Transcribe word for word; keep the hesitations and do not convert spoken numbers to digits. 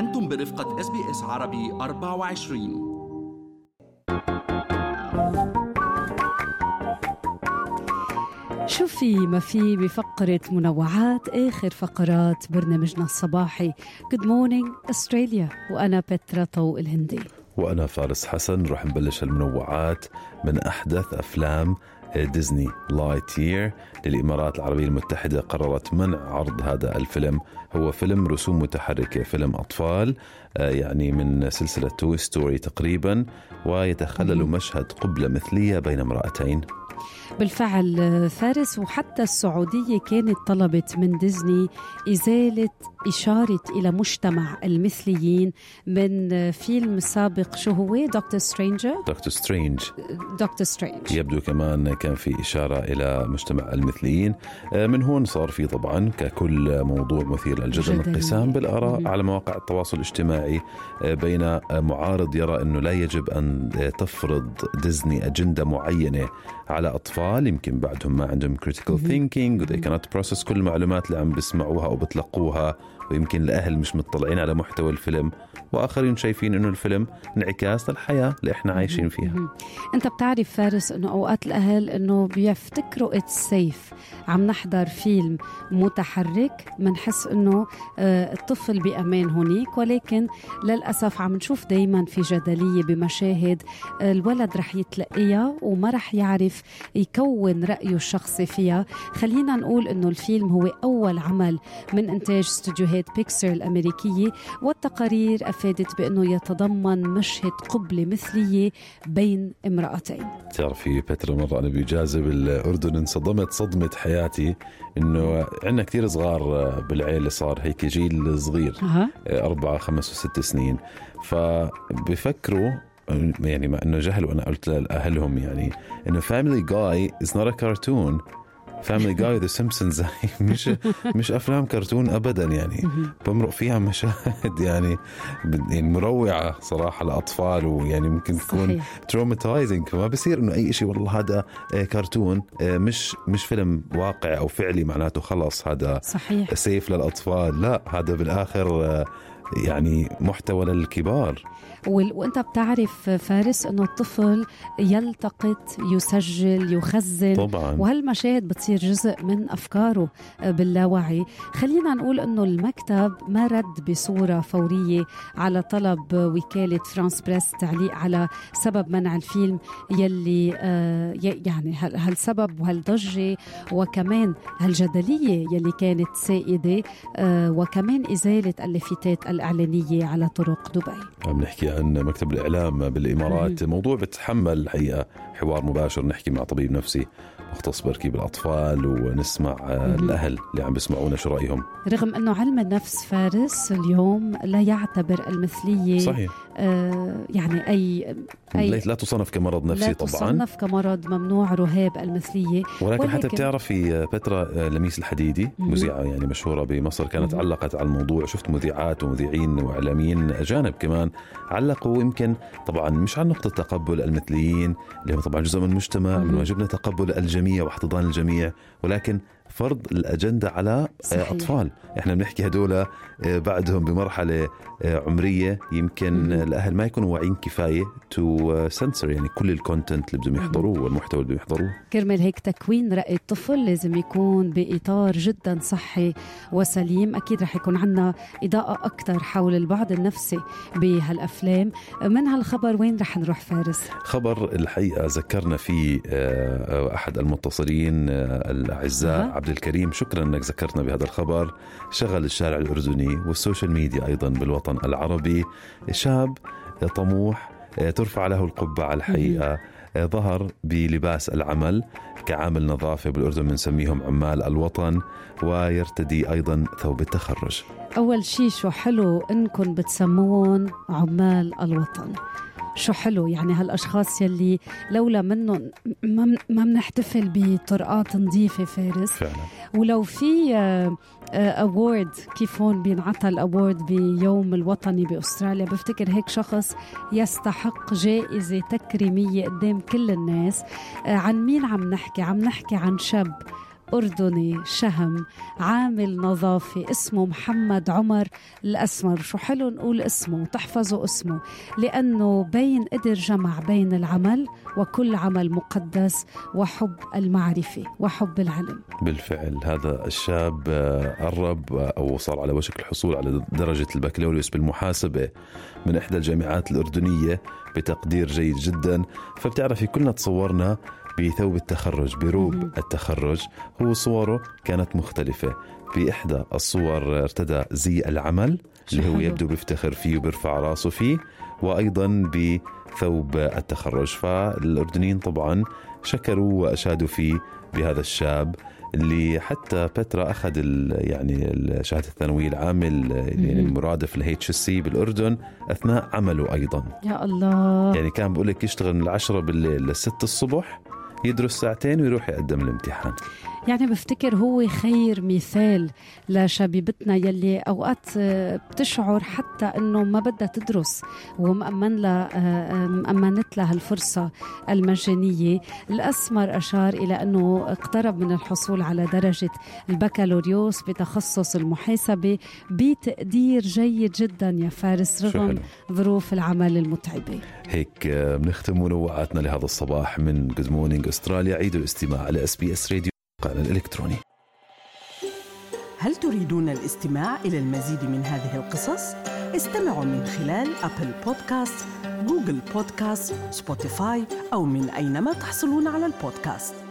أنتم برفقة إس بي إس عربي أربعة وعشرين. شو في ما في بفقرة منوعات آخر فقرات برنامجنا الصباحي Good Morning Australia، وأنا بترا طوق الهندي وأنا فارس حسن. رح نبلش المنوعات من أحدث أفلام ديزني. لايتير للإمارات العربية المتحدة قررت منع عرض هذا الفيلم. هو فيلم رسوم متحركة، فيلم أطفال يعني من سلسلة توي ستوري تقريبا، ويتخلل مشهد قبلة مثلية بين امرأتين. بالفعل فارس، وحتى السعودية كانت طلبت من ديزني إزالة إشارة إلى مجتمع المثليين من فيلم سابق. شو هو؟ دكتور سترينجر دكتور سترينج دكتور سترينج يبدو كمان كان في إشارة إلى مجتمع المثليين. من هون صار في طبعا ككل موضوع مثير للجدل انقسام بالآراء م- على مواقع التواصل الاجتماعي بين معارض يرى أنه لا يجب أن تفرض ديزني أجندة معينة على أطفال يمكن بعدهم ما عندهم critical thinking و they cannot process كل المعلومات اللي عم بسمعوها أو بتلقوها، ويمكن الأهل مش مطلعين على محتوى الفيلم، وآخرين شايفين إنه الفيلم انعكاس للحياة اللي إحنا عايشين فيها. أنت بتعرف فارس إنه أوقات الأهل إنه بيفتكروا it's safe عم نحضر فيلم متحرك، منحس إنه آه الطفل بأمان هونيك، ولكن للأسف عم نشوف دايما في جدلية بمشاهد آه الولد رح يتلقيها وما رح يعرف يكون رأيه الشخصي فيها. خلينا نقول إنه الفيلم هو أول عمل من إنتاج استوديوهات بيكسر الأمريكية، والتقارير أفادت بأنه يتضمن مشهد قبلة مثلية بين امرأتين. تعرفي بترا، مرة أنا بإجازة بالأردن انصدمت صدمة حياتي إنه عندنا كتير صغار بالعيلة، صار هيك جيل صغير أه. أربعة خمس وست سنين، فبفكروا يعني ما إنه جهل، وأنا قلت لأهلهم يعني إنه Family Guy is not a cartoon. Family Guy The Simpsons مش مش أفلام كرتون أبدا، يعني بمرق فيها مشاهد يعني يعني مروعة صراحة لأطفال، ويعني ممكن تكون traumatizing، فما بصير إنه أي شيء والله هذا كرتون مش مش فيلم واقع أو فعلي معناته خلاص هذا صحيح سيف للأطفال. لا، هذا بالآخر يعني محتوى للكبار. وانت بتعرف فارس انه الطفل يلتقط، يسجل، يخزن طبعا، وهالمشاهد بتصير جزء من افكاره باللاوعي. خلينا نقول انه المكتب ما رد بصورة فورية على طلب وكالة فرانس بريس تعليق على سبب منع الفيلم يلي يعني هالسبب وهالضجة وكمان هالجدلية يلي كانت سائدة، وكمان إزالة اللافتات الإعلانية على طرق دبي. عم نحكي عن مكتب الإعلام بالإمارات. موضوع بتحمل الحقيقة حوار مباشر، نحكي مع طبيب نفسي مختص بركي بالأطفال ونسمع الأهل اللي عم بيسمعونا شو رأيهم. رغم أنه علم النفس فارس اليوم لا يعتبر المثلية صحيح آه يعني أي, أي لا تصنف كمرض نفسي، لا طبعا تصنف كمرض ممنوع رهاب المثلية. ولكن, ولكن حتى بتعرفي بترا لميس الحديدي مذيعة يعني مشهورة بمصر كانت علقت على الموضوع. شفت مذيعات ومذيعين وإعلاميين أجانب كمان علقوا، يمكن طبعا مش عن نقطة تقبل المثليين اللي هم طبعا جزء من المجتمع، من واجبنا تقبل الجميع واحتضان الجميع، ولكن فرض الأجندة على صحيح. أطفال. إحنا بنحكي هدول بعدهم بمرحلة عمرية يمكن م- الأهل ما يكونوا واعين كفاية تو سنسر يعني كل الكونتنت اللي بدهم يحضروه والمحتوى اللي بدهم يحضروه. كرمال هيك تكوين رأي الطفل لازم يكون بإطار جدا صحي وسليم. أكيد رح يكون عنا إضاءة أكتر حول البعد النفسي بهالأفلام. من هالخبر وين رح نروح فارس؟ خبر الحقيقة ذكرنا فيه أحد المتصلين الأعزاء عبد الكريم، شكرا أنك ذكرتنا بهذا الخبر. شغل الشارع الأردني والسوشيال ميديا أيضا بالوطن العربي شاب طموح ترفع له القبعة الحقيقة، ظهر بلباس العمل كعامل نظافة بالأردن بنسميهم عمال الوطن، ويرتدي أيضا ثوب التخرج. أول شيء شو حلو إنكم بتسمون عمال الوطن، شو حلو يعني هالأشخاص يلي لولا منهم ما بنحتفل بطرقات نظيفة فارس فعلا. ولو في أوورد كيف هون بينعطى الأوورد بيوم الوطني بأستراليا، بفتكر هيك شخص يستحق جائزة تكريمية قدام كل الناس. عن مين عم نحكي؟ عم نحكي عن شاب أردني شهم عامل نظافة اسمه محمد عمر الأسمر. شو حلو نقول اسمه تحفظوا اسمه، لأنه بين قدر جمع بين العمل وكل عمل مقدس وحب المعرفة وحب العلم. بالفعل هذا الشاب قرب أو صار على وشك الحصول على درجة البكالوريوس بالمحاسبة من إحدى الجامعات الأردنية بتقدير جيد جدا. فبتعرفي كلنا تصورنا بثوب التخرج بروب التخرج، هو صوره كانت مختلفة. في إحدى الصور ارتدى زي العمل اللي هو يبدو بيفتخر فيه وبيرفع راسه فيه، وأيضا بثوب التخرج. فالأردنيين طبعا شكروا وأشادوا فيه بهذا الشاب اللي حتى بترا أخذ يعني شهادة الثانوية العامة يعني المرادف للإتش إس سي بالأردن أثناء عمله أيضا. يا الله، يعني كان بقولك يشتغل من العشرة بالليل للست الصبح، يدرس ساعتين ويروح يقدم الامتحان. يعني بفتكر هو خير مثال لشبيبتنا يلي أوقات بتشعر حتى أنه ما بدها تدرس ومأمن لها مأمنت لها الفرصة المجانية. الأسمر أشار إلى أنه اقترب من الحصول على درجة البكالوريوس بتخصص المحاسبة بتقدير جيد جدا يا فارس رغم ظروف العمل المتعبة. هيك بنختم منوعاتنا لهذا الصباح من Good Morning أستراليا. عيدوا الاستماع على إس بي إس راديو الإلكتروني. هل تريدون الاستماع إلى المزيد من هذه القصص؟ استمعوا من خلال أبل بودكاست، جوجل بودكاست، سبوتيفاي أو من أينما تحصلون على البودكاست.